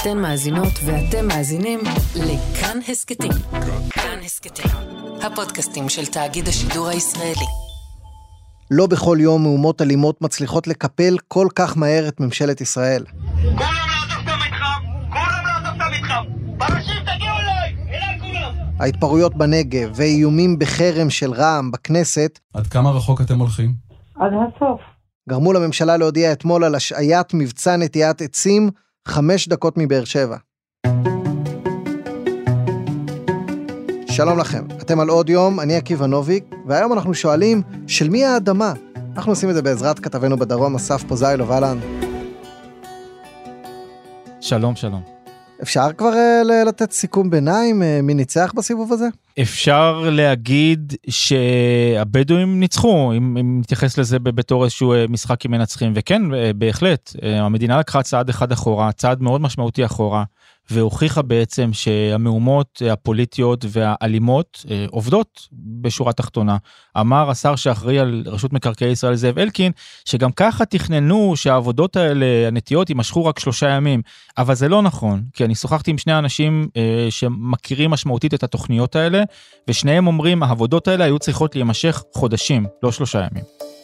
אתן מאזינות ואתם מאזינים לכאן הסקטים. כאן הסקטים, הפודקאסטים של תאגיד השידור הישראלי. לא בכל יום מהומות אלימות מצליחות לקפל כל כך מהר את ממשלת ישראל. כולם לעזוב את המתחם, בראשים תגיעו אליי כולם. ההתפרעויות בנגב ואיומים בחרם של רע"מ בכנסת. עד כמה רחוק אתם הולכים? עד הסוף. גרמו לממשלה להודיע אתמול על השעיית מבצע נטיעת עצים 5 דקות מבאר שבע. שלום לכם, אתם על עוד יום, אני עקיבא נוביק, והיום אנחנו שואלים, של מי האדמה? אנחנו עושים את זה בעזרת כתבנו בדרום, אסף פוזיילוב, אהלן. שלום, שלום. אפשר כבר לתת סיכום ביניים, מי ניצח בסיבוב הזה? אפשר להגיד שהבדואים ניצחו, אם נתייחס לזה בתור איזשהו משחק עם מנצחים, וכן, בהחלט, המדינה לקחה צעד אחד אחורה, צעד מאוד משמעותי אחורה, והוכיחה בעצם שהמהומות הפוליטיות והאלימות עובדות בשורה תחתונה. אמר השר שאחראי על רשות מקרקעי ישראל זאב אלקין, שגם ככה תכננו שהעבודות האלה, הנטיות, יימשכו רק 3 ימים, אבל זה לא נכון, כי אני שוחחתי עם 2 אנשים שמכירים משמעותית את התוכניות האלה, ושניהם אומרים, העבודות האלה היו צריכות להימשך חודשים, לא 3 ימים.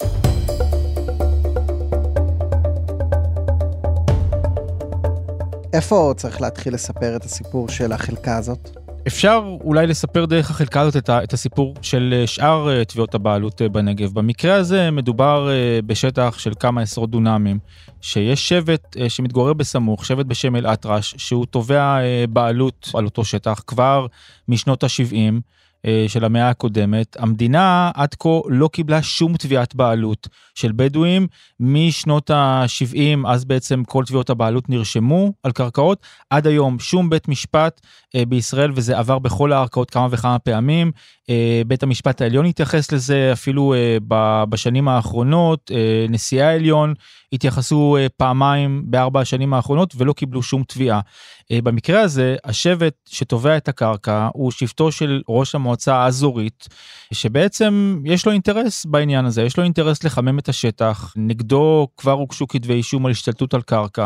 איפה צריך להתחיל לספר את הסיפור של החלקה הזאת? אפשר אולי לספר דרך החלקה הזאת את הסיפור של שאר תביעות הבעלות בנגב. במקרה הזה מדובר בשטח של כמה עשרות דונמים, שיש שבט שמתגורר בסמוך, שבט בשם אל אטרש, שהוא תובע בעלות על אותו שטח כבר משנות ה-70, של המאה הקודמת. המדינה עד כה לא קיבלה שום תביעת בעלות של בדואים משנות ה-70, אז בעצם כל תביעות הבעלות נרשמו על קרקעות, עד היום שום בית משפט בישראל, וזה עבר בכל הערכאות כמה וכמה פעמים, בית המשפט העליון התייחס לזה, אפילו בשנים האחרונות, נשיאי העליון התייחסו פעמיים ב4 השנים האחרונות, ולא קיבלו שום תביעה. במקרה הזה, השבט שתובע את הקרקע, הוא שבטו של ראש המועצה האזורית, שבעצם יש לו אינטרס בעניין הזה, יש לו אינטרס לחמם את השטח, נגדו כבר הוגשו כתבי אישום על השתלטות על קרקע,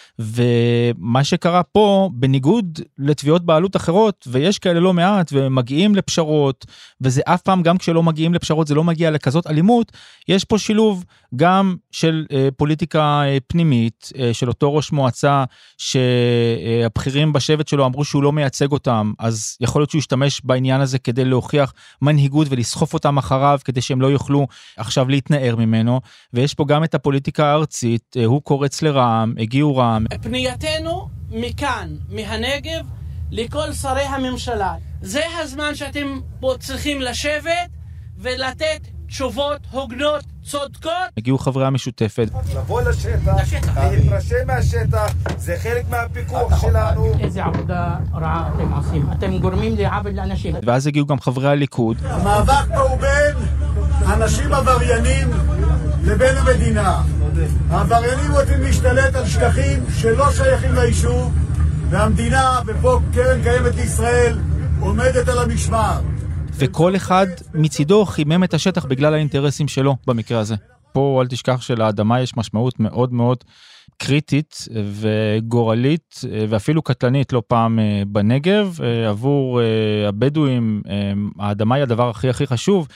ומה שקרה פה, בניגוד לתביעות בעלות אחרות, ויש כאלה לא מעט, ומגיעים לפשרות, וזה אף פעם, גם כשלא מגיעים לפשרות, זה לא מגיע לכזאת אלימות, יש פה שילוב גם של פוליטיקה פנימית, של אותו ראש מועצה, שהבכירים בשבט שלו אמרו שהוא לא מייצג אותם, אז יכול להיות שהוא ישתמש בעניין הזה, כדי להוכיח מנהיגות, ולסחוף אותם אחריו, כדי שהם לא יוכלו עכשיו להתנער ממנו, ויש פה גם את הפוליטיקה הארצית, הוא קורץ לרע"מ, הגיעו רע"מ. פנייתנו מכאן, מהנגב, לכל שרי הממשלה. זה הזמן שאתם פה צריכים לשבת ולתת תשובות הוגנות, צודקות. הגיעו חברי המשותפת. לבוא לשטח, להתרשם מהשטח, זה חלק מהפיקוח שלנו. איזה עבודה רעה אתם עושים. אתם גורמים לעוול לאנשים. ואז הגיעו גם חברי הליכוד. המאבק פה הוא בין אנשים עבריינים לבין המדינה. העבריינים רוצים להשתלט על שטחים שלא שייכים ליישוב, והמדינה, ופה קרן קיימת לישראל, עומדת על המשמר. וכל אחד מצידו חימם את השטח בגלל האינטרסים שלו במקרה הזה. פה אל תשכח שלאדמה יש משמעות מאוד מאוד קריטית וגורלית ואפילו קטלנית לא פעם בנגב. עבור הבדואים האדמה היא הדבר הכי חשוב,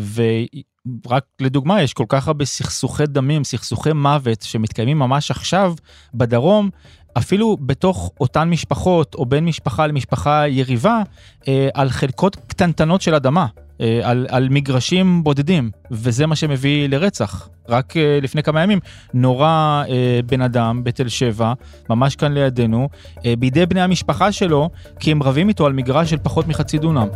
ורק לדוגמה יש כל כך הרבה סכסוכי דמים, סכסוכי מוות שמתקיימים ממש עכשיו בדרום, אפילו בתוך אותן משפחות או בין משפחה למשפחה יריבה, על חלקות קטנטנות של אדמה, על מגרשים בודדים, וזה מה שמביא לרצח. רק לפני כמה ימים נורא בן אדם בתל שבע, ממש כאן לידינו, בידי בני המשפחה שלו, כי הם רבים איתו על מגרש של פחות מחצי דונם.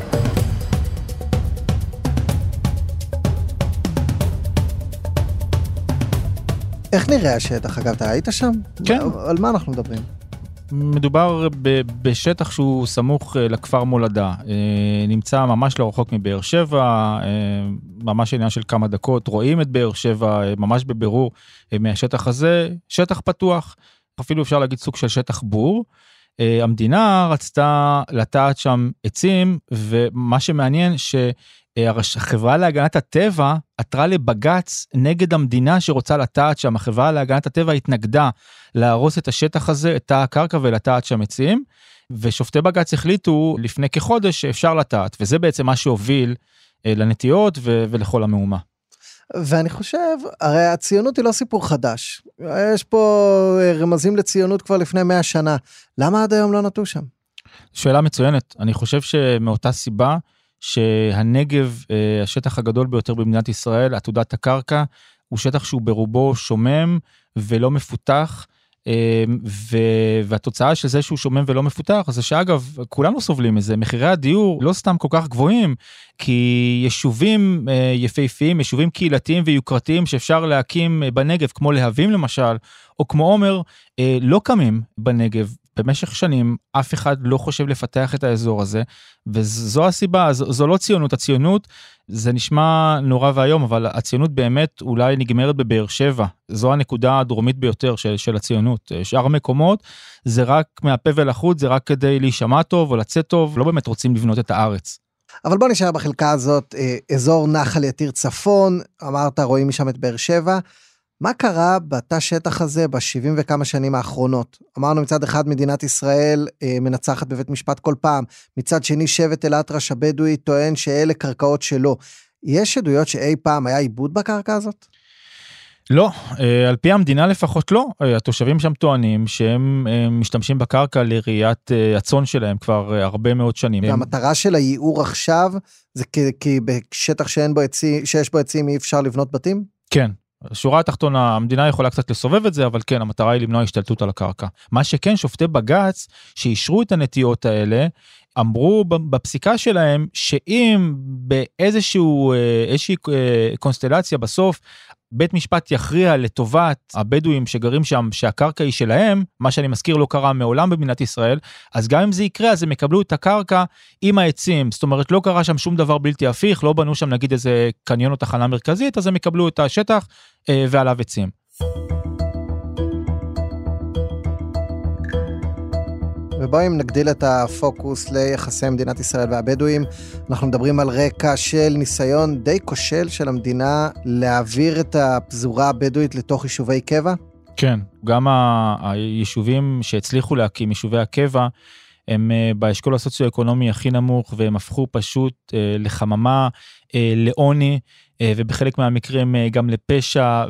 איך נראה השטח? אגב, אתה היית שם? כן. על מה אנחנו מדברים? מדובר בשטח שהוא סמוך לכפר מולדה, נמצא ממש לא רחוק מבאר שבע, ממש עניין של כמה דקות, רואים את באר שבע ממש בבירור מהשטח הזה, שטח פתוח, אפילו אפשר להגיד סוג של שטח בור, המדינה רצתה לטעת שם עצים, ומה שמעניין שהחברה להגנת הטבע עתרה לבגץ נגד המדינה שרוצה לטעת שם. החברה להגנת הטבע התנגדה להרוס את השטח הזה, את הקרקע ולטעת שם עצים, ושופטי בגץ החליטו לפני כחודש שאפשר לטעת, וזה בעצם מה שהוביל לנטיעות ולכל המהומה. ואני חושב, הרי הציונות היא לא סיפור חדש. יש פה רמזים לציונות כבר לפני 100 שנה. למה עד היום לא נטו שם? שאלה מצוינת. אני חושב שמאותה סיבה שהנגב, השטח הגדול ביותר במדינת ישראל, עתודת הקרקע, הוא שטח שהוא ברובו שומם ולא מפותח, והתוצאה של זה שהוא שומם ולא מפותח, זה שאגב, כולנו סובלים מזה, מחירי הדיור לא סתם כל כך גבוהים, כי יישובים יפהפיים, יישובים קהילתיים ויוקרתיים שאפשר להקים בנגב, כמו להבים למשל, או כמו עומר, לא קמים בנגב. במשך שנים אף אחד לא חושב לפתח את האזור הזה, וזו הסיבה, זו לא ציונות, הציונות זה נשמע נורא והיום, אבל הציונות באמת אולי נגמרת בבאר שבע, זו הנקודה הדרומית ביותר של הציונות, שאר המקומות זה רק מהפה ולחוץ, זה רק כדי להישמע טוב או לצאת טוב, לא באמת רוצים לבנות את הארץ. אבל בוא נשאר בחלקה הזאת, אזור נחל יתיר צפון, אמרת רואים משם את באר שבע, מה קרה בתא שטח הזה ב70 וכמה שנים האחרונות? אמרנו מצד אחד מדינת ישראל מנצחת בבית משפט כל פעם, מצד שני שבט אל-אטרש הבדואי טוען שאלה קרקעות שלו. יש עדויות שאי פעם היה עיבוד בקרקע הזאת? לא, על פי המדינה לפחות לא. התושבים שם טוענים שהם משתמשים בקרקע לראיית הצאן שלהם כבר הרבה מאוד שנים. והמטרה של הייעור עכשיו זה כי בשטח שיש בו עצים אי אפשר לבנות בתים? כן. השורה התחתונה, המדינה יכולה קצת לסובב את זה, אבל כן, המטרה היא למנוע השתלטות על הקרקע. מה שכן, שופטי בגץ, שאישרו את הנטיות האלה, אמרו בפסיקה שלהם, שאם באיזושהי קונסטלציה בסוף, בית משפט יכריע לטובת הבדואים שגרים שם, שהקרקע היא שלהם, מה שאני מזכיר לא קרה מעולם במדינת ישראל, אז גם אם זה יקרה, אז הם יקבלו את הקרקע עם העצים, זאת אומרת לא קרה שם שום דבר בלתי הפיך, לא בנו שם נגיד איזה קניון או תחנה מרכזית, אז הם יקבלו את השטח ועליו עצים. ובואו אם נגדיל את הפוקוס ליחסי מדינת ישראל והבדואים, אנחנו מדברים על רקע של ניסיון די כושל של המדינה להעביר את הפזורה הבדואית לתוך יישובי קבע? כן, גם היישובים שהצליחו להקים, יישובי הקבע, הם באשכול הסוציו-אקונומי הכי נמוך, והם הפכו פשוט לחממה, לעוני, ובחלק מהמקרים גם לפשע,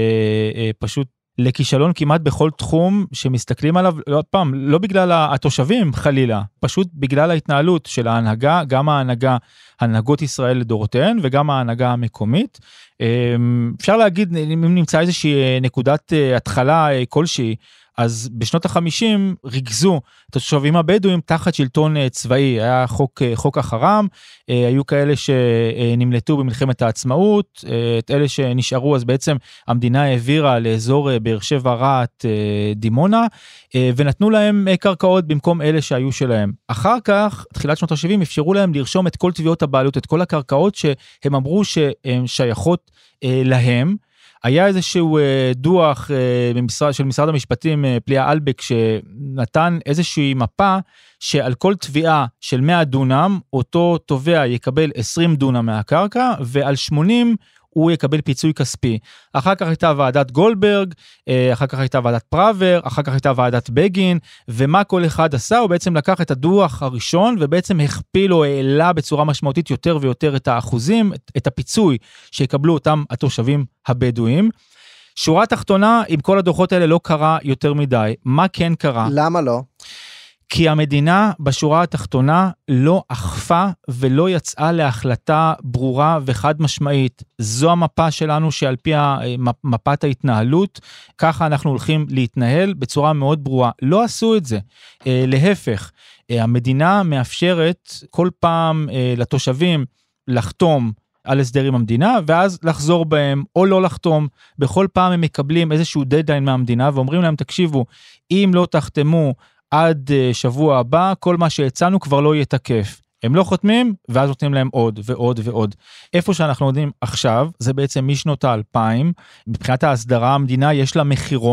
ופשוט לכישלון כמעט בכל תחום שמסתכלים עליו, עוד פעם, לא בגלל התושבים חלילה, פשוט בגלל ההתנהלות של ההנהגה, גם הנהגות ישראל לדורותיהן, וגם ההנהגה המקומית. אפשר להגיד, אם נמצא איזושהי נקודת התחלה כלשהי, אז בשנות ה-50 ריכזו את התושבים הבדואים תחת שלטון צבאי, היה חוק החרם, היו כאלה שנמלטו במלחמת העצמאות, את אלה שנשארו, אז בעצם המדינה העבירה לאזור באר שבע רעת דימונה, ונתנו להם קרקעות במקום אלה שהיו שלהם. אחר כך, תחילת שנות ה-70, אפשרו להם לרשום את כל תביעות הבעלות, את כל הקרקעות שהם אמרו שהן שייכות להם, היה איזשהו דוח של משרד המשפטים, פליה אלבק, שנתן איזושהי מפה, שעל כל תביעה של 100 דונם, אותו תובע יקבל 20 דונם מהקרקע, ועל 80 הוא יקבל פיצוי כספי. אחר כך הייתה ועדת גולדברג, אחר כך הייתה ועדת פראבר, אחר כך הייתה ועדת בגין, ומה כל אחד עשה, הוא בעצם לקח את הדוח הראשון, ובעצם הכפיל או העלה בצורה משמעותית יותר ויותר את האחוזים, את הפיצוי שיקבלו אותם התושבים הבדואים. שורה תחתונה, עם כל הדוחות האלה לא קרה יותר מדי. מה כן קרה? למה לא? כי המדינה בשורה התחתונה לא אכפה ולא יצאה להחלטה ברורה וחד משמעית. זו המפה שלנו שעל פי מפת ההתנהלות, ככה אנחנו הולכים להתנהל בצורה מאוד ברורה. לא עשו את זה. להפך, המדינה מאפשרת כל פעם לתושבים לחתום על הסדר עם המדינה, ואז לחזור בהם או לא לחתום. בכל פעם הם מקבלים איזשהו דדליין מהמדינה, ואומרים להם, תקשיבו, אם לא תחתמו עד שבוע הבא, כל מה שהצענו כבר לא יהיה תקף. הם לא חותמים, ואז נותנים להם עוד ועוד ועוד. איפה שאנחנו יודעים עכשיו, זה בעצם משנות ה-2000, מבחינת ההסדרה, המדינה יש לה מחירון,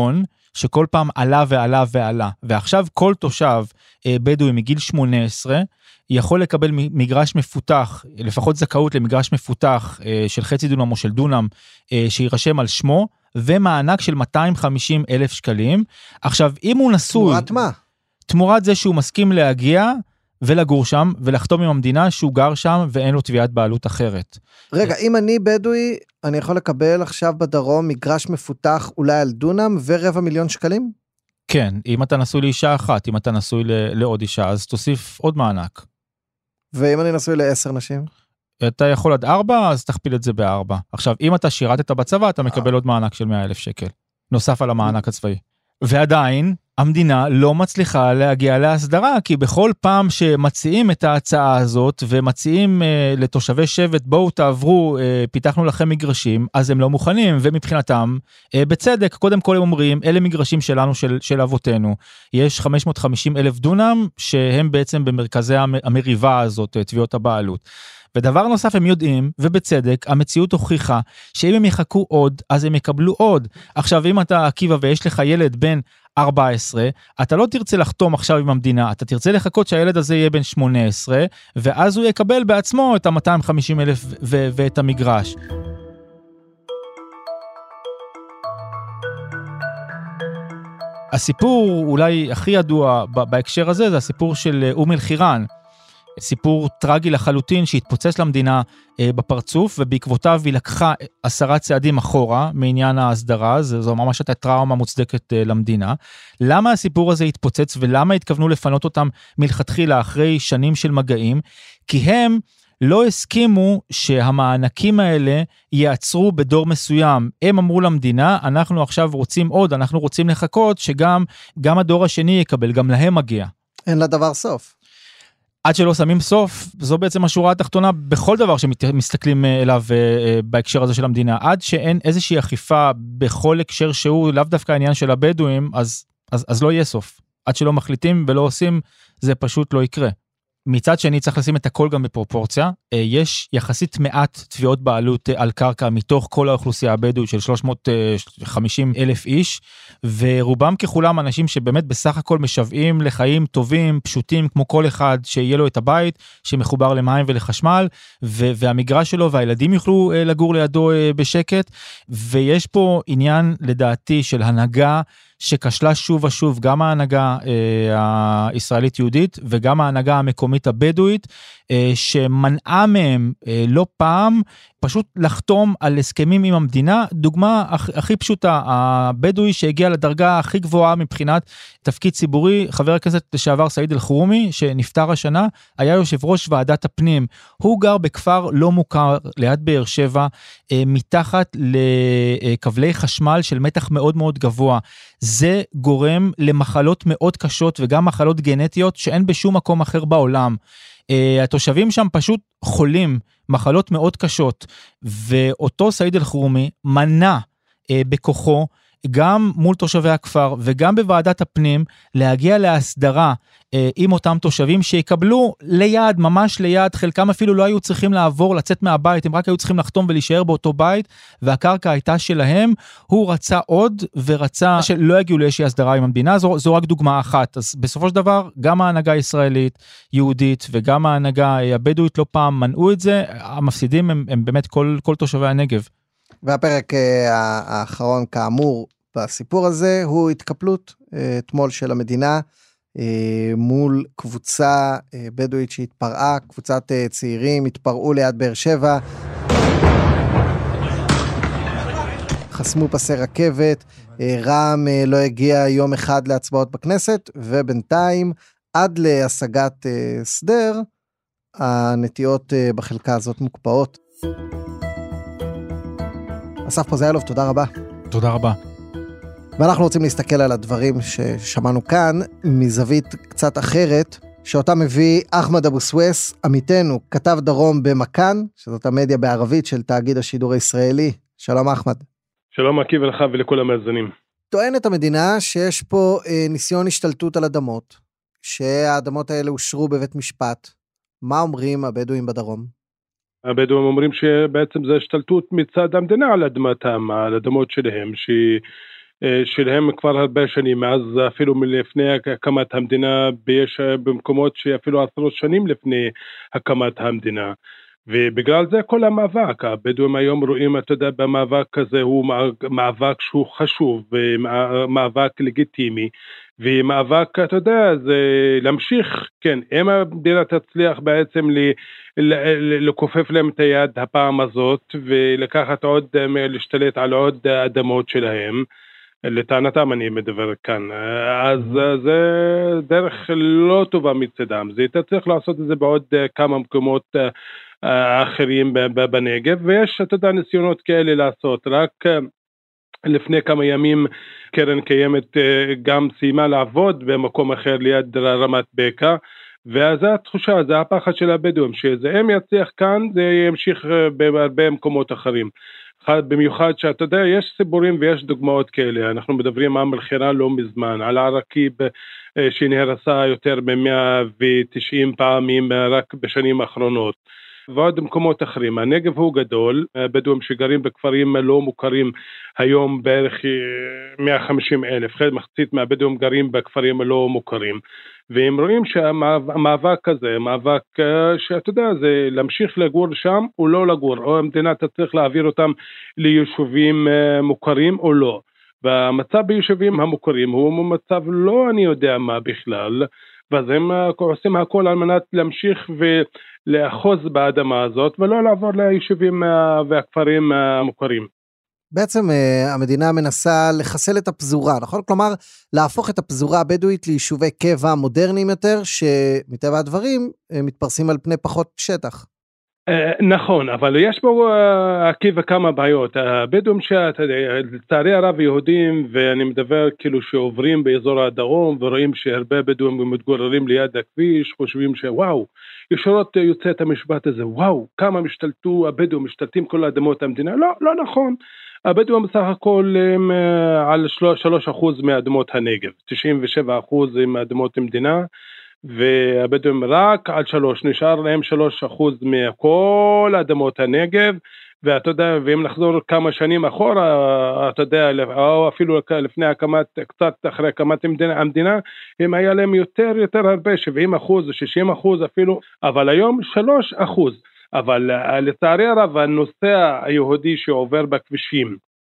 שכל פעם עלה ועלה ועלה, ועכשיו כל תושב בדואי מגיל 18, יכול לקבל מגרש מפותח, לפחות זכאות למגרש מפותח של חצי דונם או של דונם, שירשם על שמו, ומענק של 250,000 שקלים. עכשיו, אם הוא נשוי... תמורת מה? תמורת זה שהוא מסכים להגיע ולגור שם, ולחתום עם המדינה שהוא גר שם, ואין לו תביעת בעלות אחרת. רגע, אם אני בדואי, אני יכול לקבל עכשיו בדרום מגרש מפותח אולי על דונם ו250,000 שקלים? כן, אם אתה נשוי לאישה אחת, אם אתה נשוי לעוד אישה, אז תוסיף עוד מענק. ואם אני נשוי ל10 נשים? אתה יכול עד 4, אז תכפיל את זה ב4. עכשיו, אם אתה שירתת בצבא, אתה מקבל עוד מענק של 100,000 שקל, נוסף על המענק הצבאי. ועדיין, המדינה לא מצליחה להגיע להסדרה, כי בכל פעם שמציעים את ההצעה הזאת, ומציעים לתושבי שבט, בואו תעברו, פיתחנו לכם מגרשים, אז הם לא מוכנים, ומבחינתם, בצדק, קודם כל הם אומרים, אלה מגרשים שלנו, של אבותינו. יש 550,000 דונם, שהם בעצם במרכזי המריבה הזאת, תביעות הבעלות. ודבר נוסף הם יודעים, ובצדק, המציאות הוכיחה, שאם הם יחכו עוד, אז הם יקבלו עוד. עכשיו, אם אתה עקיבא ויש לך ילד בן 14, אתה לא תרצה לחתום עכשיו עם המדינה, אתה תרצה לחכות שהילד הזה יהיה בן 18, ואז הוא יקבל בעצמו את ה-250,000 ואת המגרש. הסיפור אולי הכי ידוע בהקשר הזה, זה הסיפור של אום אל-חיראן, סיפור טרגי לחלוטין שהתפוצץ למדינה בפרצוף, ובעקבותיו היא לקחה 10 צעדים אחורה מעניין ההסדרה, זו ממש הייתה טראומה מוצדקת למדינה. למה הסיפור הזה התפוצץ ולמה התכוונו לפנות אותם מלכתחילה אחרי שנים של מגעים? כי הם לא הסכימו שהמענקים האלה יעצרו בדור מסוים. הם אמרו למדינה, אנחנו עכשיו רוצים עוד, אנחנו רוצים לחכות שגם הדור השני יקבל, גם להם מגיע. אין לדבר סוף. עד שלא שמים סוף, זו בעצם השורה התחתונה בכל דבר שמסתכלים אליו בהקשר הזה של המדינה. עד שאין איזושהי אכיפה בכל הקשר שהוא, לאו דווקא העניין של הבדואים, אז לא יהיה סוף. עד שלא מחליטים ולא עושים, זה פשוט לא יקרה. מצד שני צריך לשים את הכל גם בפרופורציה, יש יחסית מעט תביעות בעלות על קרקע מתוך כל האוכלוסייה הבדואית של 350,000 איש, ורובם ככולם אנשים שבאמת בסך הכל משוועים לחיים טובים, פשוטים, כמו כל אחד שיהיה לו את הבית, שמחובר למים ולחשמל, והמגרש שלו והילדים יוכלו לגור לידו בשקט, ויש פה עניין לדעתי של הנהגה, שכשלה שוב ושוב גם ההנהגה הישראלית יהודית וגם ההנהגה המקומית הבדואית, שמנעה מהם לא פעם פשוט לחתום על הסכמים עם המדינה. דוגמה הכי פשוטה, הבדואי שהגיע לדרגה הכי גבוהה מבחינת תפקיד ציבורי, חבר הכנסת לשעבר סעיד אל-חרומי, שנפטר השנה, היה יושב ראש ועדת הפנים. הוא גר בכפר לא מוכר ליד באר שבע, מתחת לקבלי חשמל של מתח מאוד מאוד גבוה. זה גורם למחלות מאוד קשות וגם מחלות גנטיות שאין בשום מקום אחר בעולם. התושבים שם פשוט חולים, מחלות מאוד קשות, ואותו סעיד אל-חרומי מנע בכוחו, גם מול תושבי הכפר וגם בוועדת הפנים, להגיע להסדרה עם אותם תושבים שיקבלו ליד, ממש ליד, חלקם אפילו לא היו צריכים לעבור, לצאת מהבית, הם רק היו צריכים לחתום ולהישאר באותו בית, והקרקע הייתה שלהם. הוא רצה עוד ורצה שלא יגיעו לאיזושהי הסדרה עם המדינה, זו רק דוגמה אחת. אז בסופו של דבר, גם ההנהגה הישראלית, יהודית, וגם ההנהגה הבדואית לא פעם מנעו את זה, המפסידים הם באמת כל תושבי הנגב. והפרק האחרון כאמור בסיפור הזה הוא התקפלות אתמול של המדינה מול קבוצה בדואית שהתפרעה, קבוצת צעירים התפרעו ליד באר שבע, חסמו פסי רכבת, רע"מ לא הגיע יום אחד להצבעות בכנסת, ובינתיים עד להשגת סדר הנטיות בחלקה הזאת מוקפאות. אסף פוזיילוב, תודה רבה. תודה רבה. ואנחנו רוצים להסתכל על הדברים ששמענו כאן, מזווית קצת אחרת, שאותה מביא אחמד אבו סוויס, עמיתנו, כתב דרום במכאן, שזאת המדיה בערבית של תאגיד השידור הישראלי. שלום אחמד. שלום עקיבא לך ולכל המאזינים. טוענת המדינה שיש פה ניסיון השתלטות על אדמות, שהאדמות האלה אושרו בבית משפט. מה אומרים הבדואים בדרום? הבדואים אומרים שבעצם זה השתלטות מצד המדינה על אדמתם, על אדמות שלהם, שלהם כבר הרבה שנים, מאז אפילו מלפני הקמת המדינה, יש במקומות שאפילו 10 שנים לפני הקמת המדינה. ובגלל זה כל המאבק, הבדואים היום רואים, אתה יודע, במאבק הזה הוא מאבק שהוא חשוב, ומאבק לגיטימי, ומאבק, אתה יודע, זה להמשיך, כן, אם המדינה תצליח בעצם לכופף להם את היד הפעם הזאת, ולקחת עוד, להשתלט על עוד אדמות שלהם, לטענתם אני מדבר כאן, אז זה דרך לא טובה מצדם, זה אתה צריך לעשות את זה בעוד כמה מקומות אחרים בנגב, ויש, אתה יודע, ניסיונות כאלה לעשות. רק לפני כמה ימים קרן קיימת גם סיימה לעבוד במקום אחר ליד רמת בקע, ואז התחושה, זה הפחד של הבדואים, שזה אם יצליח כאן, זה ימשיך בהרבה מקומות אחרים. במיוחד שאתה יודע, יש סיפורים ויש דוגמאות כאלה, אנחנו מדברים על מלחירה לא מזמן, על ערקיב שנהרסה יותר ב-190 פעמים רק בשנים האחרונות, ועוד מקומות אחרים. הנגב הוא גדול, בדואים שגרים בכפרים לא מוכרים היום בערך 150,000, מחצית מהבדואים גרים בכפרים לא מוכרים, והם רואים שהמאבק הזה, מאבק שאתה יודע, זה להמשיך לגור שם או לא לגור, או המדינה תצטרך להעביר אותם ליישובים מוכרים או לא. והמצב ביישובים המוכרים הוא מצב לא אני יודע מה בכלל, ואז הם עושים הכל על מנת להמשיך ולאחוז באדמה הזאת, ולא לעבור ליישובים והכפרים המוכרים. בעצם המדינה מנסה לחסל את הפזורה, נכון? כלומר, להפוך את הפזורה הבדואית ליישובי קבע מודרניים יותר, שמטבע הדברים מתפרסים על פני פחות שטח. נכון, אבל יש פה עקיבא כמה בעיות. הבדואים לצערי הרב יהודים, ואני מדבר כאילו שעוברים באזור הדרום, ורואים שהרבה בדואים מתגוררים ליד הכביש, חושבים שוואו, ישרות יוצא את המשפט הזה, וואו, כמה משתלטו הבדואים, משתלטים כל האדמות המדינה. לא, לא נכון. הבדואים בסך הכל הם על 3% מאדמות הנגב, 97% מאדמות המדינה, והבדואים רק על 3, נשאר להם 3% מכל אדמות הנגב, ואתה יודע, ואם נחזור כמה שנים אחורה, אתה יודע, או אפילו לפני הקמת, קצת אחרי הקמת המדינה, הם היה להם יותר הרבה, 70%, 60% אפילו, אבל היום 3%. אבל לצערי הרב, הנושא היהודי שעובר בכבישים,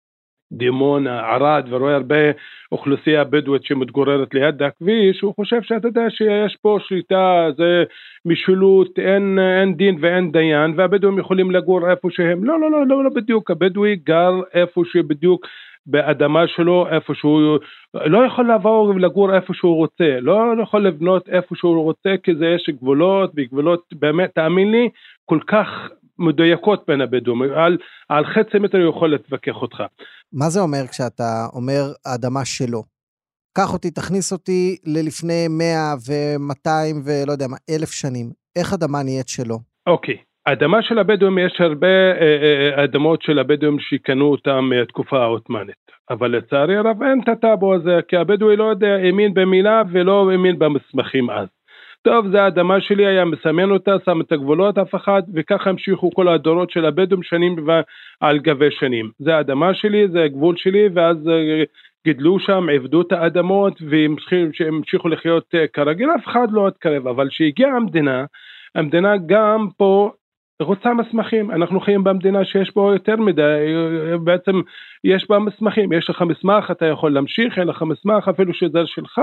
דימונה, ערד, ורואה הרבה אוכלוסייה בדואית שמתגוררת ליד הכביש, הוא חושב שאתה יודע שיש פה שליטה, זה משילות, אין דין ואין דיין, והבדואים יכולים לגור איפה שהם. לא, לא, לא, לא בדיוק, הבדואי גר איפה שבדיוק באדמה שלו, איפה שהוא לא יכול לעבור ולגור איפה שהוא רוצה, לא יכול לבנות איפה שהוא רוצה, כי זה יש גבולות, וגבולות באמת, תאמין לי, כל כך מדויקות בין הבדואים, על חצי מטר הוא יכול להתווכח אותך. מה זה אומר כשאתה אומר האדמה שלו? קח אותי, תכניס אותי ללפני 100 ו-200 ולא יודע מה, 1,000 שנים. איך אדמה נהיית שלו? אוקיי. האדמה של הבדואים, יש הרבה אדמות של הבדואים שקנו אותם מהתקופה העות'מאנית. אבל לצערי הרב אין את הטאבו הזה, כי הבדואי לא יודע, האמין במילה ולא האמין במסמכים אז. טוב, זה האדמה שלי, היה מסמן אותה, שם את הגבולות אף אחד, וככה המשיכו כל הדורות של הבדואים שנים על גבי שנים. זה האדמה שלי, זה הגבול שלי, ואז גידלו שם, עבדו את האדמות, והמשיכו לחיות כרגיל, אף אחד לא התקרב. אבל שהגיעה המדינה גם פה רוצה מסמכים. אנחנו חיים במדינה שיש פה יותר מדי, בעצם יש בה מסמכים, יש לך מסמך, אתה יכול להמשיך, אין לך מסמך, אפילו שזה שלך,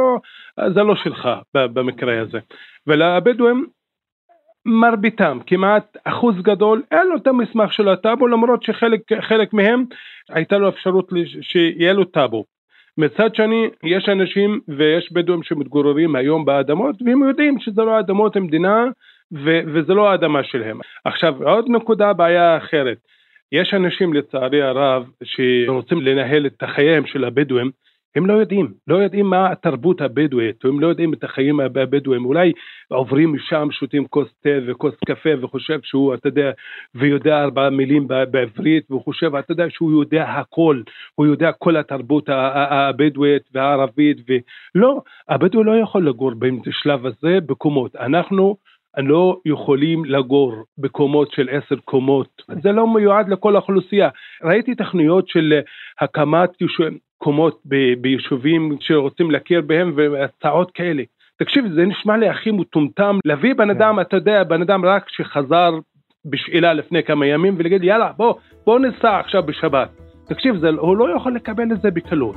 זה לא שלך במקרה הזה. ולבדואים, מרביתם, כמעט אחוז גדול, אין לו את המסמך של הטאבו, למרות שחלק מהם הייתה לו אפשרות שיהיה לו טאבו. מצד שני, יש אנשים ויש בדואים שמתגוררים היום באדמות, והם יודעים שזה לא אדמות המדינה, וזה לא האדמה שלהם. עכשיו, עוד נקודה, בעיה אחרת. יש אנשים לצערי הרב שרוצים לנהל את החיים של הבדואים, הם לא יודעים מה התרבות הבדואית, הם לא יודעים את החיים הבדואים, אולי עוברים משם, שותים כוס תה וכוס קפה, וחושב שהוא, אתה יודע, ויודע 4 מילים בעברית, והוא חושב, אתה יודע, שהוא יודע הכל, הוא יודע כל התרבות הבדואית והערבית, ולא, הבדואי לא יכול לגור בשלב הזה בקומות. אנחנו לא יכולים לגור בקומות של 10 קומות. זה לא מיועד לכל האוכלוסייה. ראיתי תכניות של הקמת קומות ביישובים שרוצים להכיר בהם והצעות כאלה. תקשיב, זה נשמע לי הכי מטומטם, להביא בן אדם, אתה יודע, בן אדם רק שחזר בשאלה לפני כמה ימים, ולהגיד, יאללה, בוא נסע עכשיו בשבת. תקשיב, הוא לא יכול לקבל את זה בקלות.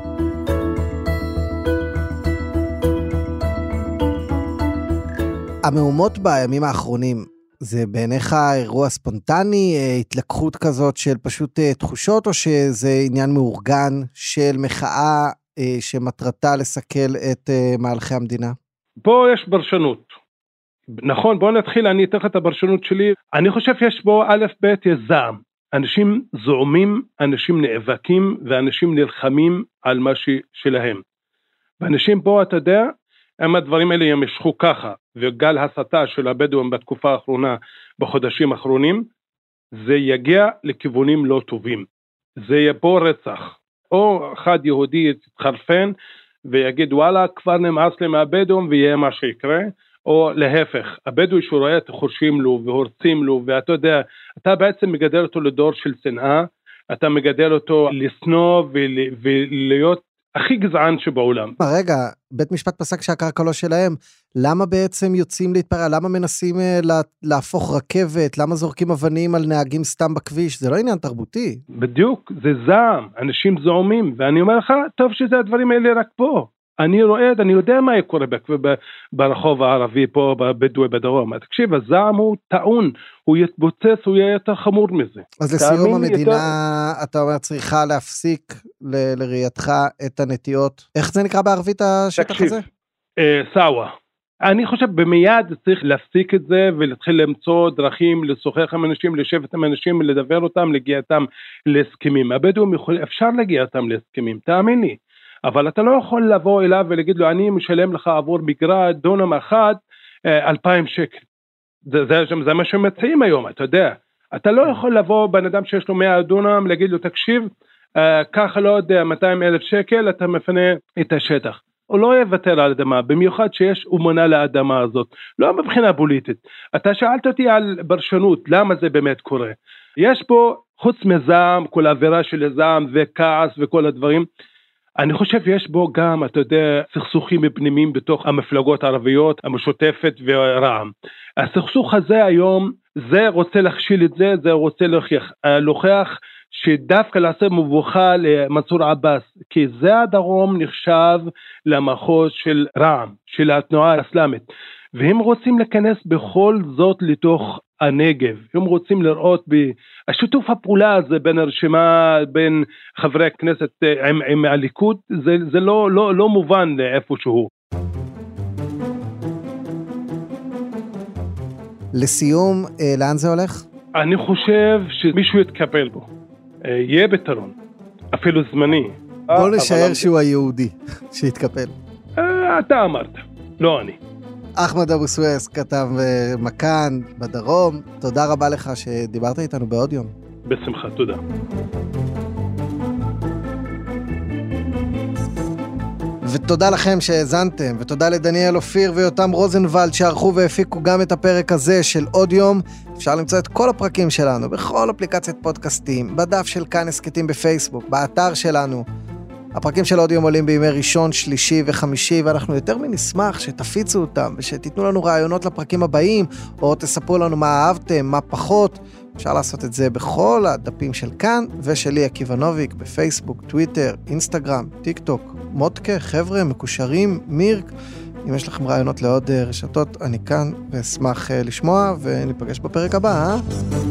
המהומות בימים האחרונים, זה בעיניך אירוע ספונטני, התלקחות כזאת של פשוט תחושות, או שזה עניין מאורגן של מחאה שמטרתה לסכל את מהלכי המדינה? פה יש ברשנות. נכון, בוא נתחיל, אני אתן את הברשנות שלי. אני חושב שיש בו א' ב' יש זעם. אנשים זועמים, אנשים נאבקים, ואנשים נלחמים על מה שלהם. ואנשים פה, אתה יודע, אם הדברים האלה ימשכו ככה, וגל הסתה של הבדואים בתקופה האחרונה, בחודשים האחרונים, זה יגיע לכיוונים לא טובים. זה יהיה פה רצח. או אחד יהודי יתחרפן, ויגיד, וואלה, כבר נמאס לי מהבדואים, ויהיה מה שיקרה, או להפך, הבדואי שהוא רואה את חורשים לו, והורצים לו, ואתה יודע, אתה בעצם מגדל אותו לדור של שנאה, אתה מגדל אותו לסנוע, ולהיות הכי גזען שבעולם. רגע, בית משפט פסק שהקרקע לא שלהם, למה בעצם יוצאים להתפרע? למה מנסים להפוך רכבת? למה זורקים אבנים על נהגים סתם בכביש? זה לא עניין תרבותי. בדיוק, זה זעם, אנשים זעומים, ואני אומר לך, טוב שזה הדברים האלה רק פה. אני רואה, אני יודע מה קורה ברחוב הערבי פה, בבדואי בדרום. תקשיב, הזעם הוא טעון, הוא יתבוצץ, הוא יהיה יותר חמור מזה. אז לסיום המדינה, אתה אומר, צריכה להפסיק לראייתך את הנטיות. איך זה נקרא בערבית השטח הזה? סאווה. אני חושב במיד צריך להפסיק את זה, ולהתחיל למצוא דרכים, לשוחח עם אנשים, לשבת עם אנשים, לדבר אותם, להגיע אותם להסכמים. הבדואים אפשר להגיע אותם להסכמים, תאמין לי. אבל אתה לא יכול לבוא אליו ולהגיד לו, אני משלם לך עבור מגרע דונם אחד 2,000 שקל. זה מה שמציעים היום, אתה יודע. אתה לא יכול לבוא בן אדם שיש לו 100 דונם, להגיד לו, תקשיב, ככה לא יודע, 200,000 שקל, אתה מפנה את השטח. הוא לא יוותר על אדמה, במיוחד שיש אומנה לאדמה הזאת. לא מבחינה פוליטית. אתה שאלת אותי על ברשנות, למה זה באמת קורה? יש פה, חוץ מזעם, כל עבירה של זעם וכעס וכל הדברים, אני חושב יש בו גם, אתה יודע, סכסוכים פנימיים בתוך המפלגות הערביות, המשותפת ורע"מ. הסכסוך הזה היום, זה רוצה להכשיל את זה, זה רוצה להוכיח שדווקא לעשות מבוכה למנסור עבאס, כי זה הדרום נחשב למחוז של רע"מ, של התנועה האסלאמית, והם רוצים להיכנס בכל זאת לתוך הנגב, הם רוצים לראות בשיתוף הפעולה הזה בין הרשימה, בין חברי הכנסת עם הליכוד, זה לא מובן איפשהו. לסיום, לאן זה הולך? אני חושב שמישהו יתקפל בו, יהיה פתרון, אפילו זמני. בוא נשאר שהוא היהודי שיתקפל. אתה אמרת, לא אני. אחמד אבו סוויס, כתב מכאן בדרום, תודה רבה לך שדיברת איתנו בעוד יום. בשמחה, תודה. ותודה לכם שהאזנתם, ותודה לדניאל אופיר ויותם רוזנבלד שערכו והפיקו גם את הפרק הזה של עוד יום. אפשר למצוא את כל הפרקים שלנו בכל אפליקציית פודקאסטים, בדף של כאן הסקטים בפייסבוק, באתר שלנו. הפרקים של עוד יום עולים בימי ראשון, שלישי וחמישי, ואנחנו יותר מנשמח שתפיצו אותם, ושתיתנו לנו רעיונות לפרקים הבאים, או תספרו לנו מה אהבתם, מה פחות. אפשר לעשות את זה בכל הדפים של כאן, ושלי עקיבא נוביק, בפייסבוק, טוויטר, אינסטגרם, טיק טוק, מודקה, חבר'ה, מקושרים, מירק. אם יש לכם רעיונות לעוד רשתות, אני כאן ואשמח לשמוע, וניפגש בפרק הבא,